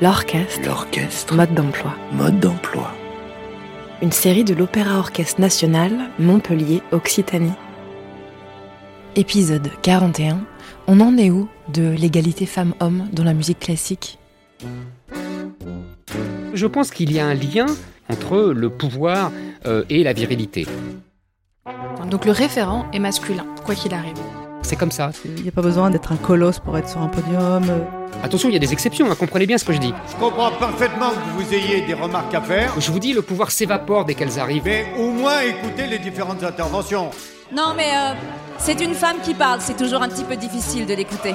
L'orchestre. Mode d'emploi. Mode d'emploi. Une série de l'Opéra Orchestre National, Montpellier, Occitanie. Épisode 41. On en est où de l'égalité femmes-hommes dans la musique classique ? Je pense qu'il y a un lien entre le pouvoir et la virilité. Donc le référent est masculin, quoi qu'il arrive. C'est comme ça. Il n'y a pas besoin d'être un colosse pour être sur un podium. Attention, il y a des exceptions, comprenez bien ce que je dis. Je comprends parfaitement que vous ayez des remarques à faire. Je vous dis, le pouvoir s'évapore dès qu'elles arrivent. Mais au moins écoutez les différentes interventions. Non mais c'est une femme qui parle, c'est toujours un petit peu difficile de l'écouter.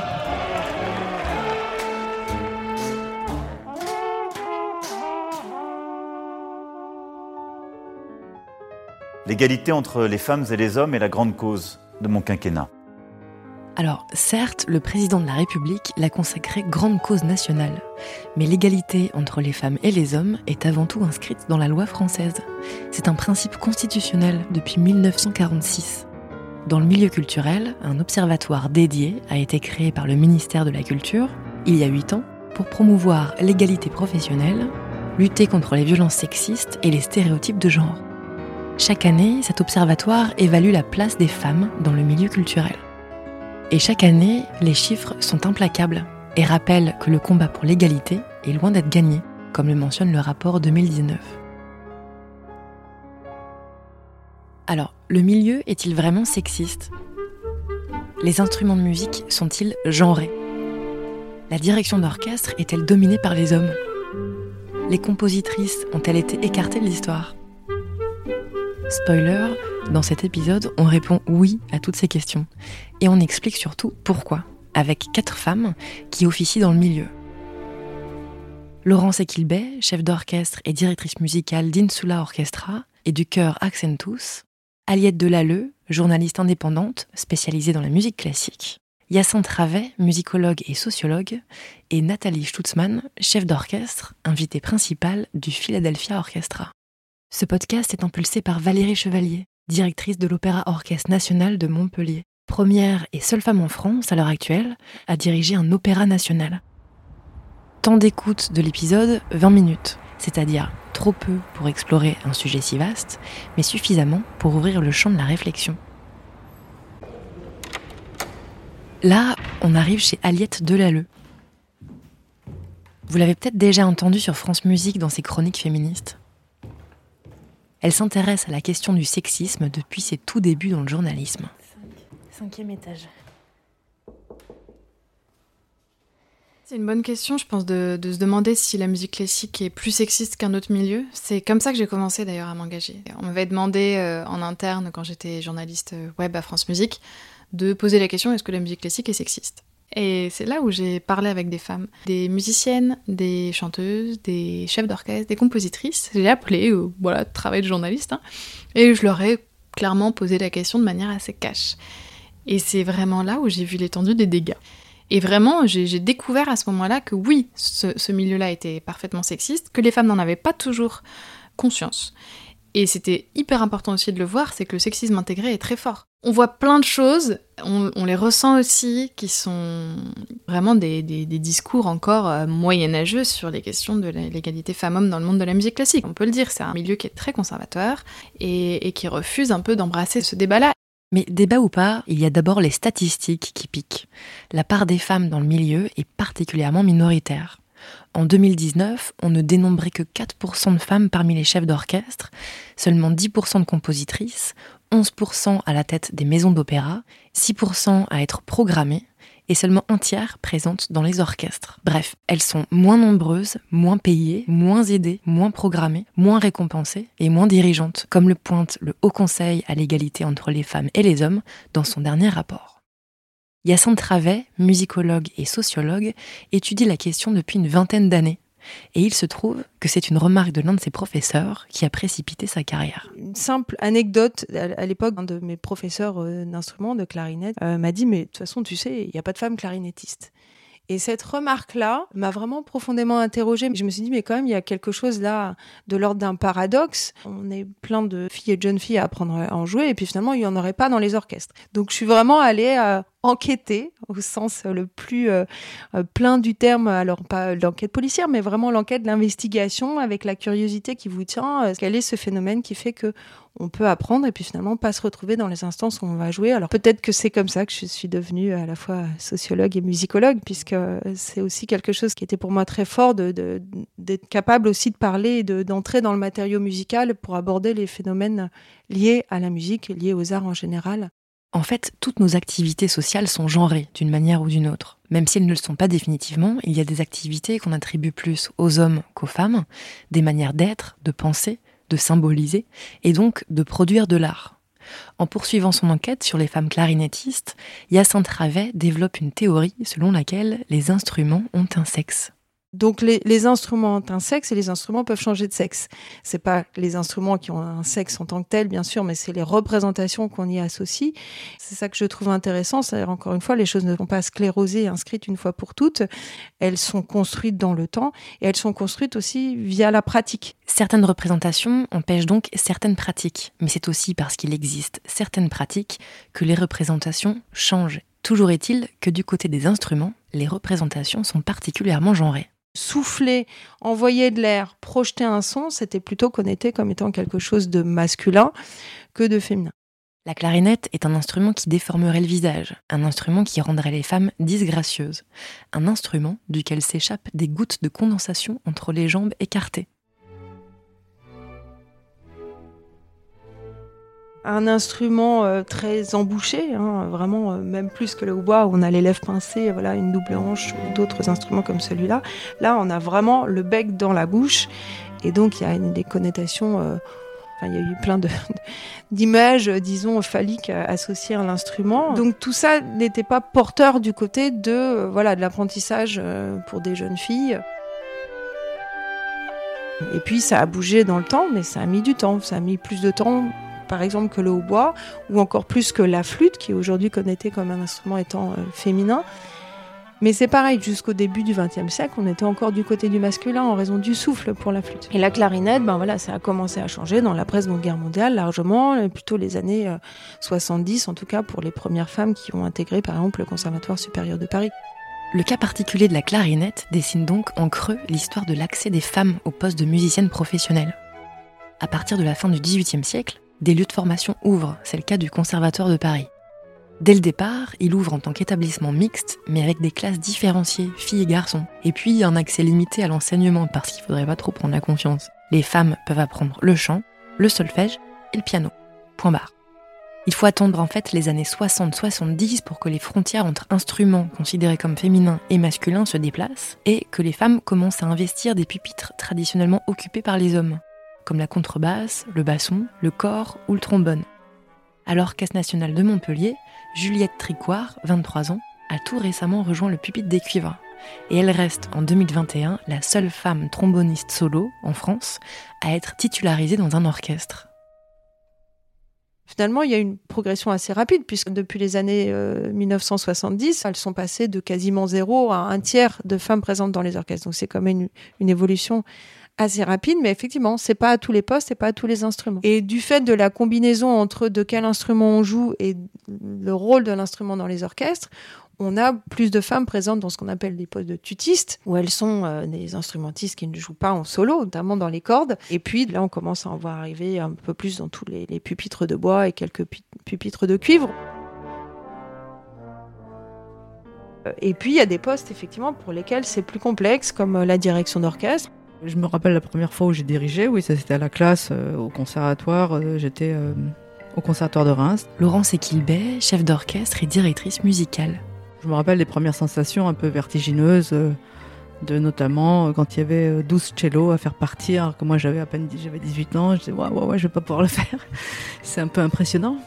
L'égalité entre les femmes et les hommes est la grande cause de mon quinquennat. Alors, certes, le président de la République l'a consacré grande cause nationale, mais l'égalité entre les femmes et les hommes est avant tout inscrite dans la loi française. C'est un principe constitutionnel depuis 1946. Dans le milieu culturel, un observatoire dédié a été créé par le ministère de la Culture, il y a 8 ans, pour promouvoir l'égalité professionnelle, lutter contre les violences sexistes et les stéréotypes de genre. Chaque année, cet observatoire évalue la place des femmes dans le milieu culturel. Et chaque année, les chiffres sont implacables et rappellent que le combat pour l'égalité est loin d'être gagné, comme le mentionne le rapport 2019. Alors, le milieu est-il vraiment sexiste ? Les instruments de musique sont-ils genrés ? La direction d'orchestre est-elle dominée par les hommes ? Les compositrices ont-elles été écartées de l'histoire ? Spoiler, dans cet épisode, on répond oui à toutes ces questions. Et on explique surtout pourquoi, avec 4 femmes qui officient dans le milieu. Laurence Equilbet, chef d'orchestre et directrice musicale d'Insula Orchestra et du chœur Accentus. Aliette Delalleux, journaliste indépendante spécialisée dans la musique classique. Hyacinthe Ravet, musicologue et sociologue. Et Nathalie Stutzmann, chef d'orchestre, invitée principale du Philadelphia Orchestra. Ce podcast est impulsé par Valérie Chevalier, directrice de l'Opéra Orchestre National de Montpellier, première et seule femme en France à l'heure actuelle à diriger un opéra national. Temps d'écoute de l'épisode, 20 minutes, c'est-à-dire trop peu pour explorer un sujet si vaste, mais suffisamment pour ouvrir le champ de la réflexion. Là, on arrive chez Aliette Delalleux. Vous l'avez peut-être déjà entendu sur France Musique dans ses chroniques féministes. Elle s'intéresse à la question du sexisme depuis ses tout débuts dans le journalisme. 5e étage. C'est une bonne question, je pense, de se demander si la musique classique est plus sexiste qu'un autre milieu. C'est comme ça que j'ai commencé d'ailleurs à m'engager. On m'avait demandé en interne, quand j'étais journaliste web à France Musique, de poser la question: est-ce que la musique classique est sexiste ? Et c'est là où j'ai parlé avec des femmes, des musiciennes, des chanteuses, des chefs d'orchestre, des compositrices. J'ai appelé, travail de journaliste, et je leur ai clairement posé la question de manière assez cash. Et c'est vraiment là où j'ai vu l'étendue des dégâts. Et vraiment, j'ai découvert à ce moment-là que oui, ce milieu-là était parfaitement sexiste, que les femmes n'en avaient pas toujours conscience. Et c'était hyper important aussi de le voir, c'est que le sexisme intégré est très fort. On voit plein de choses, on les ressent aussi, qui sont vraiment des discours encore moyenâgeux sur les questions de l'égalité femmes-hommes dans le monde de la musique classique. On peut le dire, c'est un milieu qui est très conservateur et qui refuse un peu d'embrasser ce débat-là. Mais débat ou pas, il y a d'abord les statistiques qui piquent. La part des femmes dans le milieu est particulièrement minoritaire. En 2019, on ne dénombrait que 4% de femmes parmi les chefs d'orchestre, seulement 10% de compositrices, 11% à la tête des maisons d'opéra, 6% à être programmées, et seulement un tiers présentes dans les orchestres. Bref, elles sont moins nombreuses, moins payées, moins aidées, moins programmées, moins récompensées et moins dirigeantes, comme le pointe le Haut Conseil à l'égalité entre les femmes et les hommes dans son dernier rapport. Hyacinthe Ravet, musicologue et sociologue, étudie la question depuis une 20aine d'années. Et il se trouve que c'est une remarque de l'un de ses professeurs qui a précipité sa carrière. Une simple anecdote, à l'époque, un de mes professeurs d'instruments, de clarinette, m'a dit « mais de toute façon, tu sais, il n'y a pas de femme clarinettiste ». Et cette remarque-là m'a vraiment profondément interrogée. Je me suis dit, mais quand même, il y a quelque chose là de l'ordre d'un paradoxe. On est plein de filles et de jeunes filles à apprendre à en jouer, et puis finalement, il n'y en aurait pas dans les orchestres. Donc, je suis vraiment allée enquêter au sens le plus plein du terme, alors pas l'enquête policière, mais vraiment l'enquête, l'investigation avec la curiosité qui vous tient. Quel est ce phénomène qui fait que on peut apprendre et puis finalement pas se retrouver dans les instances où on va jouer. Alors peut-être que c'est comme ça que je suis devenue à la fois sociologue et musicologue, puisque c'est aussi quelque chose qui était pour moi très fort d'être capable aussi de parler et d'entrer dans le matériau musical pour aborder les phénomènes liés à la musique et liés aux arts en général. En fait, toutes nos activités sociales sont genrées d'une manière ou d'une autre. Même si elles ne le sont pas définitivement, il y a des activités qu'on attribue plus aux hommes qu'aux femmes, des manières d'être, de penser, de symboliser, et donc de produire de l'art. En poursuivant son enquête sur les femmes clarinettistes, Hyacinthe Ravet développe une théorie selon laquelle les instruments ont un sexe. Donc les instruments ont un sexe et les instruments peuvent changer de sexe. C'est pas les instruments qui ont un sexe en tant que tel, bien sûr, mais c'est les représentations qu'on y associe. C'est ça que je trouve intéressant. C'est-à-dire, encore une fois, les choses ne sont pas sclérosées et inscrites une fois pour toutes. Elles sont construites dans le temps et elles sont construites aussi via la pratique. Certaines représentations empêchent donc certaines pratiques, mais c'est aussi parce qu'il existe certaines pratiques que les représentations changent. Toujours est-il que du côté des instruments, les représentations sont particulièrement genrées. Souffler, envoyer de l'air, projeter un son, c'était plutôt connoté comme étant quelque chose de masculin que de féminin. La clarinette est un instrument qui déformerait le visage, un instrument qui rendrait les femmes disgracieuses, un instrument duquel s'échappent des gouttes de condensation entre les jambes écartées. Un instrument très embouché, vraiment même plus que le hautbois où on a les lèvres pincées, voilà, une double hanche ou d'autres instruments comme celui-là. Là, on a vraiment le bec dans la bouche et donc il y a des connotations. Il y a eu plein d'images, disons, phalliques associées à l'instrument. Donc tout ça n'était pas porteur du côté de l'apprentissage pour des jeunes filles. Et puis ça a bougé dans le temps, mais ça a mis du temps. Ça a mis plus de temps, par exemple, que le hautbois, ou encore plus que la flûte, qui est aujourd'hui connotée comme un instrument étant féminin. Mais c'est pareil, jusqu'au début du XXe siècle, on était encore du côté du masculin en raison du souffle pour la flûte. Et la clarinette, ça a commencé à changer dans l'après-Seconde Guerre mondiale, largement, plutôt les années 70, en tout cas pour les premières femmes qui ont intégré, par exemple, le Conservatoire supérieur de Paris. Le cas particulier de la clarinette dessine donc en creux l'histoire de l'accès des femmes au poste de musicienne professionnelle. À partir de la fin du XVIIIe siècle, des lieux de formation ouvrent, c'est le cas du Conservatoire de Paris. Dès le départ, il ouvre en tant qu'établissement mixte, mais avec des classes différenciées, filles et garçons. Et puis, un accès limité à l'enseignement, parce qu'il faudrait pas trop prendre la confiance. Les femmes peuvent apprendre le chant, le solfège et le piano. Point barre. Il faut attendre en fait les années 60-70 pour que les frontières entre instruments considérés comme féminins et masculins se déplacent, et que les femmes commencent à investir des pupitres traditionnellement occupés par les hommes, comme la contrebasse, le basson, le cor ou le trombone. À l'Orchestre national de Montpellier, Juliette Tricoire, 23 ans, a tout récemment rejoint le pupitre des cuivres. Et elle reste, en 2021, la seule femme tromboniste solo, en France, à être titularisée dans un orchestre. Finalement, il y a une progression assez rapide, puisque depuis les années 1970, elles sont passées de quasiment 0 à 1/3 de femmes présentes dans les orchestres. Donc c'est quand même une évolution assez rapide, mais effectivement, c'est pas à tous les postes et pas à tous les instruments. Et du fait de la combinaison entre de quel instrument on joue et le rôle de l'instrument dans les orchestres, on a plus de femmes présentes dans ce qu'on appelle des postes de tutistes, où elles sont des instrumentistes qui ne jouent pas en solo, notamment dans les cordes. Et puis là, on commence à en voir arriver un peu plus dans tous les pupitres de bois et quelques pupitres de cuivre. Et puis, il y a des postes, effectivement, pour lesquels c'est plus complexe, comme la direction d'orchestre. Je me rappelle la première fois où j'ai dirigé, oui, ça c'était à la classe, au conservatoire, j'étais au conservatoire de Reims. Laurence Equilbet, chef d'orchestre et directrice musicale. Je me rappelle des premières sensations un peu vertigineuses, de notamment quand il y avait 12 cellos à faire partir, que moi j'avais 18 ans, je disais ouais, je vais pas pouvoir le faire. C'est un peu impressionnant.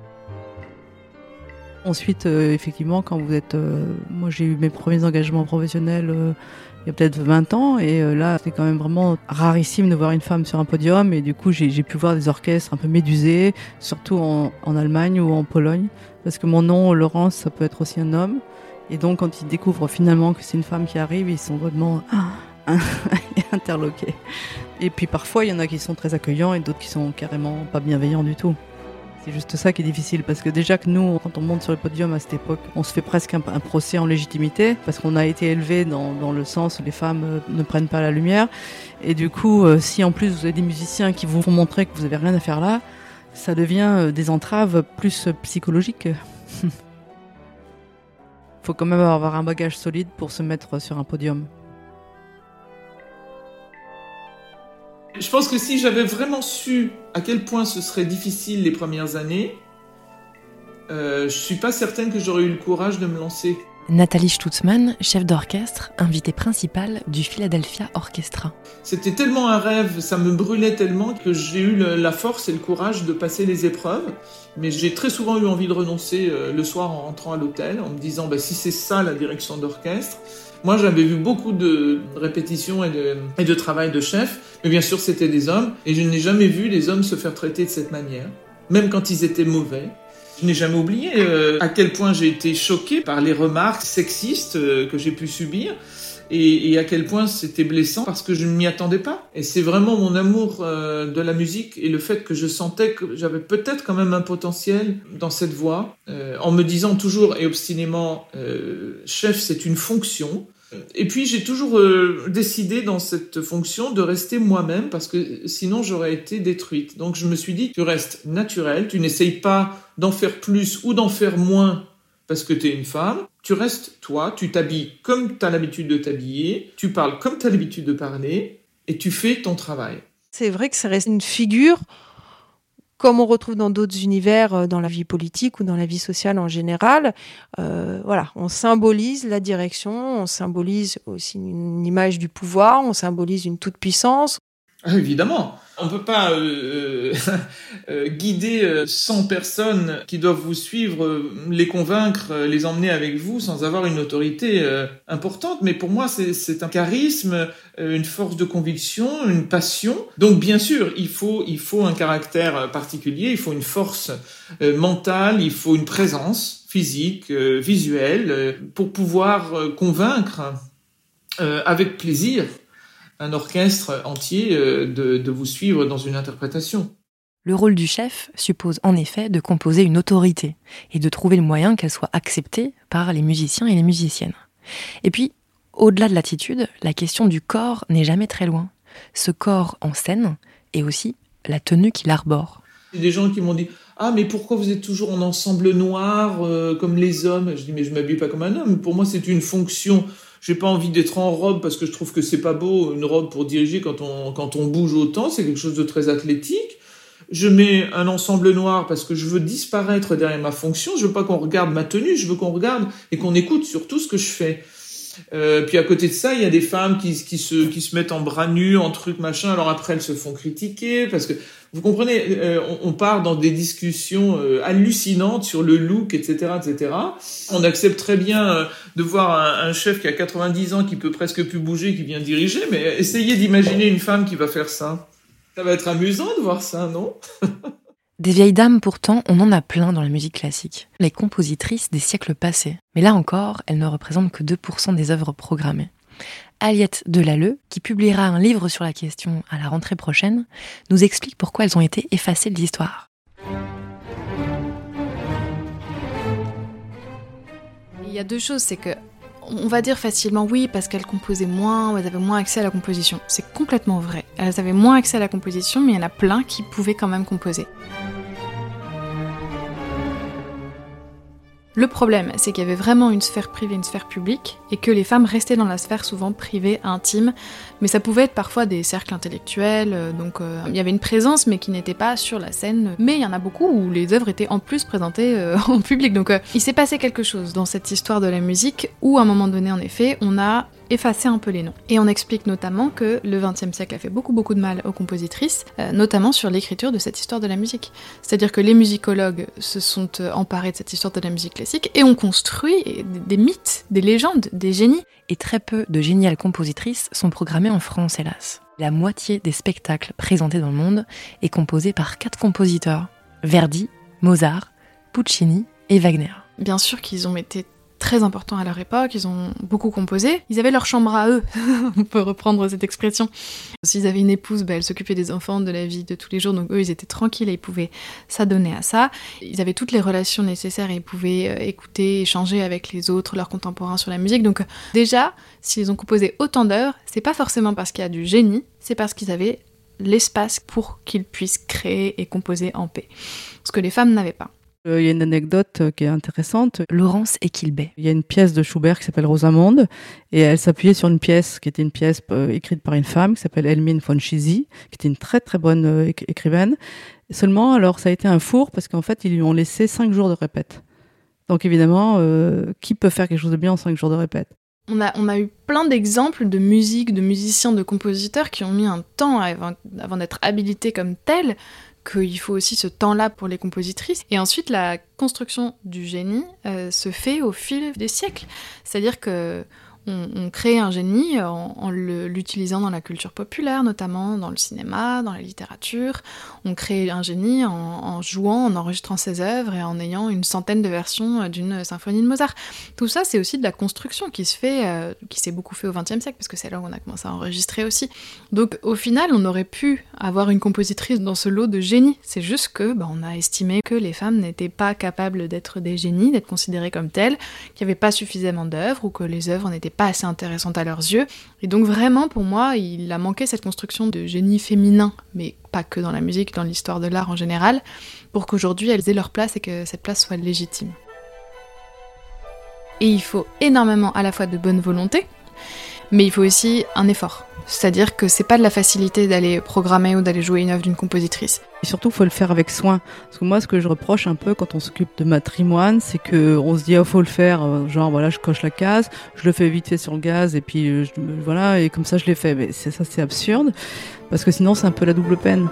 Ensuite, effectivement, quand vous êtes... moi j'ai eu mes premiers engagements professionnels il y a peut-être 20 ans, et là c'est quand même vraiment rarissime de voir une femme sur un podium, et du coup j'ai pu voir des orchestres un peu médusés, surtout en Allemagne ou en Pologne, parce que mon nom, Laurence, ça peut être aussi un homme, et donc quand ils découvrent finalement que c'est une femme qui arrive, ils sont vraiment interloqués. Et puis parfois il y en a qui sont très accueillants et d'autres qui sont carrément pas bienveillants du tout. C'est juste ça qui est difficile, parce que déjà que nous, quand on monte sur le podium à cette époque, on se fait presque un procès en légitimité, parce qu'on a été élevé dans le sens où les femmes ne prennent pas la lumière. Et du coup, si en plus vous avez des musiciens qui vous font montrer que vous n'avez rien à faire là, ça devient des entraves plus psychologiques. Faut quand même avoir un bagage solide pour se mettre sur un podium. Je pense que si j'avais vraiment su à quel point ce serait difficile les premières années, je suis pas certaine que j'aurais eu le courage de me lancer. Nathalie Stutzmann, chef d'orchestre, invitée principale du Philadelphia Orchestra. C'était tellement un rêve, ça me brûlait tellement que j'ai eu la force et le courage de passer les épreuves. Mais j'ai très souvent eu envie de renoncer le soir en rentrant à l'hôtel, en me disant si c'est ça la direction d'orchestre. Moi, j'avais vu beaucoup de répétitions et de travail de chef, mais bien sûr, c'était des hommes, et je n'ai jamais vu les hommes se faire traiter de cette manière, même quand ils étaient mauvais. Je n'ai jamais oublié à quel point j'ai été choquée par les remarques sexistes que j'ai pu subir, et à quel point c'était blessant parce que je ne m'y attendais pas. Et c'est vraiment mon amour de la musique et le fait que je sentais que j'avais peut-être quand même un potentiel dans cette voie, en me disant toujours et obstinément chef, c'est une fonction. Et puis j'ai toujours décidé dans cette fonction de rester moi-même parce que sinon j'aurais été détruite. Donc je me suis dit, tu restes naturel, tu n'essayes pas d'en faire plus ou d'en faire moins parce que tu es une femme, tu restes toi, tu t'habilles comme tu as l'habitude de t'habiller, tu parles comme tu as l'habitude de parler et tu fais ton travail. C'est vrai que ça reste une figure comme on retrouve dans d'autres univers, dans la vie politique ou dans la vie sociale en général. Voilà, on symbolise la direction, on symbolise aussi une image du pouvoir, on symbolise une toute-puissance. Ah, évidemment, on ne peut pas guider 100 personnes qui doivent vous suivre, les convaincre, les emmener avec vous sans avoir une autorité importante. Mais pour moi, c'est un charisme, une force de conviction, une passion. Donc bien sûr, il faut un caractère particulier, il faut une force mentale, il faut une présence physique, visuelle, pour pouvoir convaincre avec plaisir un orchestre entier de vous suivre dans une interprétation. Le rôle du chef suppose en effet de composer une autorité et de trouver le moyen qu'elle soit acceptée par les musiciens et les musiciennes. Et puis, au-delà de l'attitude, la question du corps n'est jamais très loin. Ce corps en scène et aussi la tenue qu'il arbore. Il y a des gens qui m'ont dit « Ah, mais pourquoi vous êtes toujours en ensemble noir comme les hommes ?» Je dis « Mais je m'habille pas comme un homme. Pour moi, c'est une fonction. J'ai pas envie d'être en robe parce que je trouve que c'est pas beau, une robe pour diriger quand on bouge autant. C'est quelque chose de très athlétique. Je mets un ensemble noir parce que je veux disparaître derrière ma fonction. Je veux pas qu'on regarde ma tenue. Je veux qu'on regarde et qu'on écoute surtout ce que je fais. Puis à côté de ça, il y a des femmes qui se mettent en bras nus, en trucs machin. Alors après, elles se font critiquer parce que vous comprenez, on part dans des discussions hallucinantes sur le look, etc., etc. On accepte très bien de voir un chef qui a 90 ans, qui peut presque plus bouger, qui vient diriger, mais essayez d'imaginer une femme qui va faire ça. Ça va être amusant de voir ça, non ? Des vieilles dames, pourtant, on en a plein dans la musique classique. Les compositrices des siècles passés. Mais là encore, elles ne représentent que 2% des œuvres programmées. Aliette Delalleux, qui publiera un livre sur la question à la rentrée prochaine, nous explique pourquoi elles ont été effacées de l'histoire. Il y a deux choses, c'est que on va dire facilement oui parce qu'elles composaient moins, ou elles avaient moins accès à la composition. C'est complètement vrai. Elles avaient moins accès à la composition, mais il y en a plein qui pouvaient quand même composer. Le problème, c'est qu'il y avait vraiment une sphère privée, une sphère publique, et que les femmes restaient dans la sphère souvent privée, intime, mais ça pouvait être parfois des cercles intellectuels, donc il y avait une présence mais qui n'était pas sur la scène. Mais il y en a beaucoup où les œuvres étaient en plus présentées en public, donc il s'est passé quelque chose dans cette histoire de la musique où à un moment donné, en effet, on a effacé un peu les noms. Et on explique notamment que le XXe siècle a fait beaucoup de mal aux compositrices, notamment sur l'écriture de cette histoire de la musique. C'est-à-dire que les musicologues se sont emparés de cette histoire de la musique classique et ont construit des mythes, des légendes, des génies. Et très peu de géniales compositrices sont programmées en France, hélas. La moitié des spectacles présentés dans le monde est composée par 4 compositeurs. Verdi, Mozart, Puccini et Wagner. Bien sûr qu'ils ont été très important à leur époque, ils ont beaucoup composé. Ils avaient leur chambre à eux, on peut reprendre cette expression. S'ils avaient une épouse, elle s'occupait des enfants, de la vie de tous les jours, donc eux, ils étaient tranquilles et ils pouvaient s'adonner à ça. Ils avaient toutes les relations nécessaires et ils pouvaient écouter, échanger avec les autres, leurs contemporains sur la musique. Donc déjà, s'ils ont composé autant d'heures, c'est pas forcément parce qu'il y a du génie, c'est parce qu'ils avaient l'espace pour qu'ils puissent créer et composer en paix. Ce que les femmes n'avaient pas. Il y a une anecdote qui est intéressante. Laurence Equilbet. Il y a une pièce de Schubert qui s'appelle Rosamunde et elle s'appuyait sur une pièce qui était une pièce écrite par une femme qui s'appelle Helmine von Chizy, qui était une très très bonne écrivaine. Seulement, alors ça a été un four parce qu'en fait, ils lui ont laissé 5 jours de répète. Donc évidemment, qui peut faire quelque chose de bien en 5 jours de répète ? On a eu plein d'exemples de musique, de musiciens, de compositeurs qui ont mis un temps avant d'être habilités comme tels, qu'il faut aussi ce temps-là pour les compositrices. Et ensuite, la construction du génie se fait au fil des siècles. C'est-à-dire que on crée un génie en l'utilisant dans la culture populaire, notamment dans le cinéma, dans la littérature. On crée un génie en jouant, en enregistrant ses œuvres et en ayant une centaine de versions d'une symphonie de Mozart. Tout ça, c'est aussi de la construction qui s'est beaucoup fait au XXe siècle, parce que c'est là où on a commencé à enregistrer aussi. Donc au final, on aurait pu avoir une compositrice dans ce lot de génies. C'est juste que on a estimé que les femmes n'étaient pas capables d'être des génies, d'être considérées comme telles, qu'il n'y avait pas suffisamment d'œuvres, ou que les œuvres n'étaient pas assez intéressantes à leurs yeux. Et donc vraiment, pour moi, il a manqué cette construction de génie féminin, mais pas que dans la musique, dans l'histoire de l'art en général, pour qu'aujourd'hui elles aient leur place et que cette place soit légitime. Et il faut énormément à la fois de bonne volonté, mais il faut aussi un effort. C'est-à-dire que c'est pas de la facilité d'aller programmer ou d'aller jouer une œuvre d'une compositrice. Et surtout, il faut le faire avec soin. Parce que moi, ce que je reproche un peu quand on s'occupe de matrimoine, c'est qu'on se dit, faut le faire, genre, voilà, je coche la case, je le fais vite fait sur le gaz, et puis, voilà, et comme ça, je l'ai fait. Mais c'est absurde, parce que sinon, c'est un peu la double peine.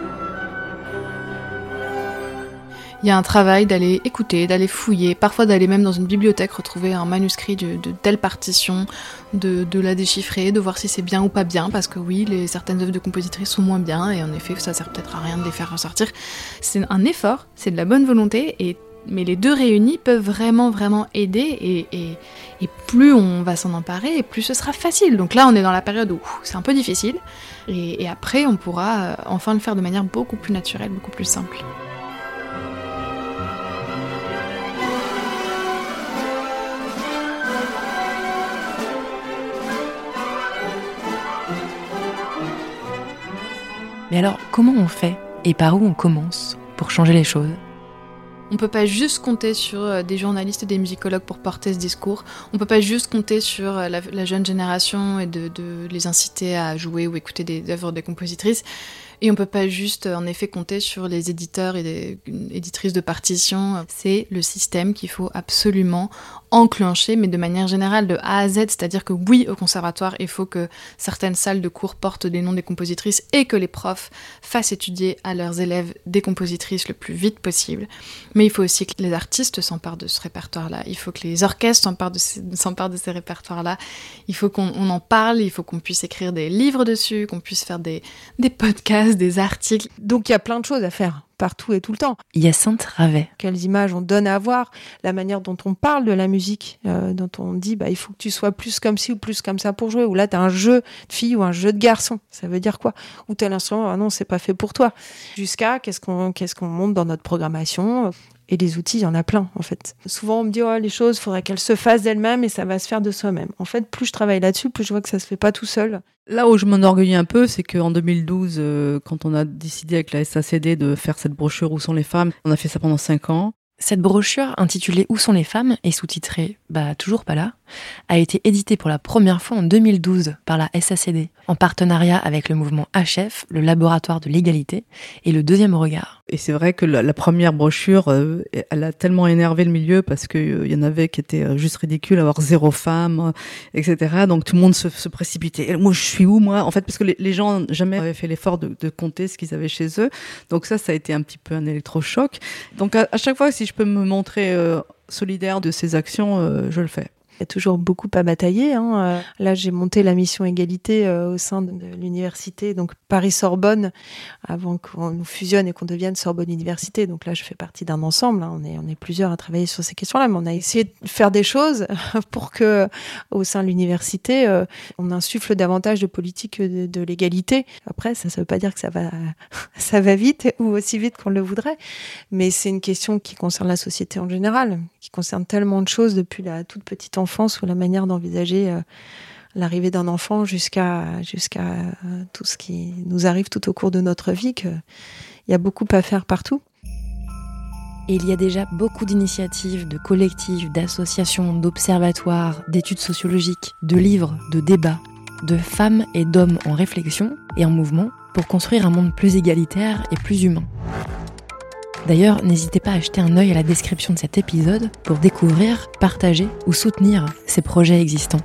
Il y a un travail d'aller écouter, d'aller fouiller, parfois d'aller même dans une bibliothèque retrouver un manuscrit de telle partition, de la déchiffrer, de voir si c'est bien ou pas bien, parce que oui, certaines œuvres de compositrices sont moins bien, et en effet, ça sert peut-être à rien de les faire ressortir. C'est un effort, c'est de la bonne volonté, mais les deux réunis peuvent vraiment, vraiment aider, et plus on va s'en emparer, et plus ce sera facile. Donc là, on est dans la période où c'est un peu difficile, et après, on pourra enfin le faire de manière beaucoup plus naturelle, beaucoup plus simple. Mais alors, comment on fait et par où on commence pour changer les choses ? On peut pas juste compter sur des journalistes et des musicologues pour porter ce discours. On peut pas juste compter sur la jeune génération et de les inciter à jouer ou écouter des œuvres des compositrices. Et on peut pas juste, en effet, compter sur les éditeurs et des éditrices de partitions. C'est le système qu'il faut absolument enclencher, mais de manière générale, de A à Z. C'est-à-dire que oui, au conservatoire, il faut que certaines salles de cours portent des noms des compositrices et que les profs fassent étudier à leurs élèves des compositrices le plus vite possible. Mais il faut aussi que les artistes s'emparent de ce répertoire-là. Il faut que les orchestres s'emparent de ces répertoires-là. Il faut qu'on en parle, il faut qu'on puisse écrire des livres dessus, qu'on puisse faire des podcasts, des articles. Donc il y a plein de choses à faire, partout et tout le temps. Hyacinthe Ravet. Quelles images on donne à voir, la manière dont on parle de la musique, dont on dit il faut que tu sois plus comme ci ou plus comme ça pour jouer, ou là t'as un jeu de fille ou un jeu de garçon, ça veut dire quoi? Ou tel instrument, non, c'est pas fait pour toi. Jusqu'à qu'est-ce qu'on monte dans notre programmation. Et les outils, il y en a plein, en fait. Souvent, on me dit, les choses, il faudrait qu'elles se fassent d'elles-mêmes et ça va se faire de soi-même. En fait, plus je travaille là-dessus, plus je vois que ça se fait pas tout seul. Là où je m'enorgueillis un peu, c'est qu'en 2012, quand on a décidé avec la SACD de faire cette brochure « Où sont les femmes ?», on a fait ça pendant 5 ans. Cette brochure, intitulée « Où sont les femmes ?», et sous-titrée « Toujours pas là », a été éditée pour la première fois en 2012 par la SACD, en partenariat avec le mouvement HF, le laboratoire de l'égalité, et le Deuxième Regard. Et c'est vrai que la première brochure, elle a tellement énervé le milieu parce qu'il y en avait qui étaient juste ridicules, avoir 0 femme, etc. Donc tout le monde se précipitait. Et moi, je suis où, moi ? En fait, parce que les gens jamais avaient fait l'effort de compter ce qu'ils avaient chez eux. Donc ça a été un petit peu un électrochoc. Donc à chaque fois, si je peux me montrer solidaire de ces actions, je le fais. Il y a toujours beaucoup à batailler. Là, j'ai monté la mission égalité au sein de l'université, donc Paris-Sorbonne, avant qu'on nous fusionne et qu'on devienne Sorbonne Université. Donc là, je fais partie d'un ensemble. On est plusieurs à travailler sur ces questions-là, mais on a essayé de faire des choses pour que, au sein de l'université, on insuffle davantage de politique de l'égalité. Après, ça veut pas dire que ça va vite ou aussi vite qu'on le voudrait, mais c'est une question qui concerne la société en général, qui concerne tellement de choses depuis la toute petite enfance ou la manière d'envisager l'arrivée d'un enfant jusqu'à tout ce qui nous arrive tout au cours de notre vie, qu'il y a beaucoup à faire partout. Et il y a déjà beaucoup d'initiatives, de collectifs, d'associations, d'observatoires, d'études sociologiques, de livres, de débats, de femmes et d'hommes en réflexion et en mouvement pour construire un monde plus égalitaire et plus humain. D'ailleurs, n'hésitez pas à jeter un œil à la description de cet épisode pour découvrir, partager ou soutenir ces projets existants.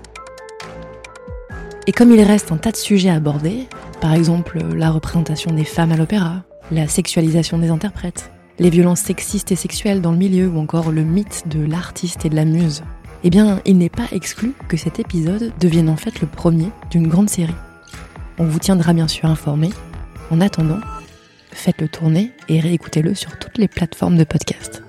Et comme il reste un tas de sujets à aborder, par exemple la représentation des femmes à l'opéra, la sexualisation des interprètes, les violences sexistes et sexuelles dans le milieu ou encore le mythe de l'artiste et de la muse, eh bien, il n'est pas exclu que cet épisode devienne en fait le premier d'une grande série. On vous tiendra bien sûr informé. En attendant, faites-le tourner et réécoutez-le sur toutes les plateformes de podcast.